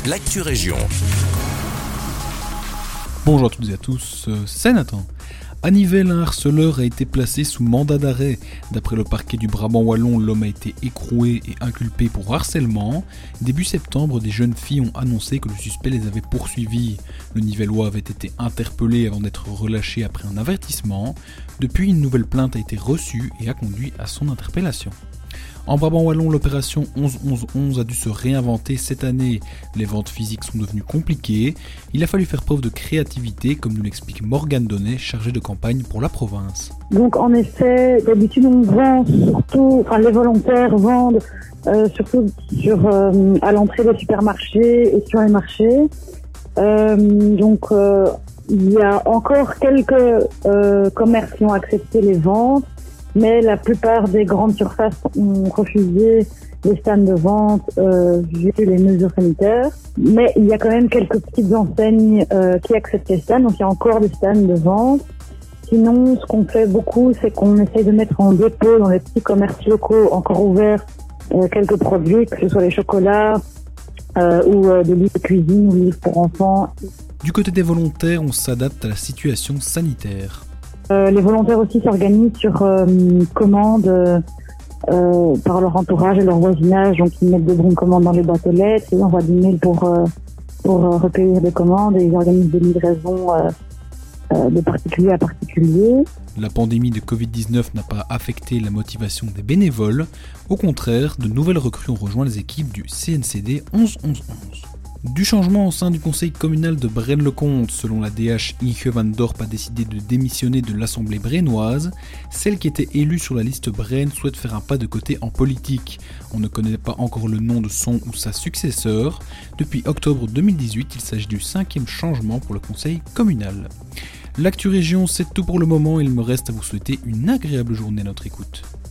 l'actu région. Bonjour à toutes et à tous, c'est Nathan. À Nivelles, un harceleur a été placé sous mandat d'arrêt. D'après le parquet du Brabant wallon, l'homme a été écroué et inculpé pour harcèlement. Début septembre, des jeunes filles ont annoncé que le suspect les avait poursuivies. Le Nivellois avait été interpellé avant d'être relâché après un avertissement. Depuis, une nouvelle plainte a été reçue et a conduit à son interpellation. En Brabant wallon, l'opération 11-11-11 a dû se réinventer cette année. Les ventes physiques sont devenues compliquées. Il a fallu faire preuve de créativité, comme nous l'explique Morgane Donnet, chargée de campagne pour la province. Donc en effet, d'habitude on vend surtout, les volontaires vendent surtout à l'entrée des supermarchés et sur les marchés. Il y a encore quelques commerces qui ont accepté les ventes. Mais la plupart des grandes surfaces ont refusé les stands de vente vu les mesures sanitaires. Mais il y a quand même quelques petites enseignes qui acceptent les stands, donc il y a encore des stands de vente. Sinon, ce qu'on fait beaucoup, c'est qu'on essaye de mettre en dépôt dans les petits commerces locaux encore ouverts quelques produits, que ce soit les chocolats ou des livres de cuisine ou des livres pour enfants. Du côté des volontaires, on s'adapte à la situation sanitaire. Les volontaires aussi s'organisent sur commande par leur entourage et leur voisinage. Donc ils mettent des bons de commande dans les boîtes aux lettres, ils envoient des mails pour recueillir des commandes et ils organisent des livraisons de particulier à particulier. La pandémie de Covid-19 n'a pas affecté la motivation des bénévoles. Au contraire, de nouvelles recrues ont rejoint les équipes du CNCD 11-11-11. Du changement au sein du conseil communal de Braine-le-Comte, selon la DH Inge van Dorp a décidé de démissionner de l'Assemblée brennoise. Celle qui était élue sur la liste Braine souhaite faire un pas de côté en politique. On ne connaît pas encore le nom de son ou sa successeur. Depuis octobre 2018, il s'agit du 5e changement pour le conseil communal. L'actu région, c'est tout pour le moment. Il me reste à vous souhaiter une agréable journée à notre écoute.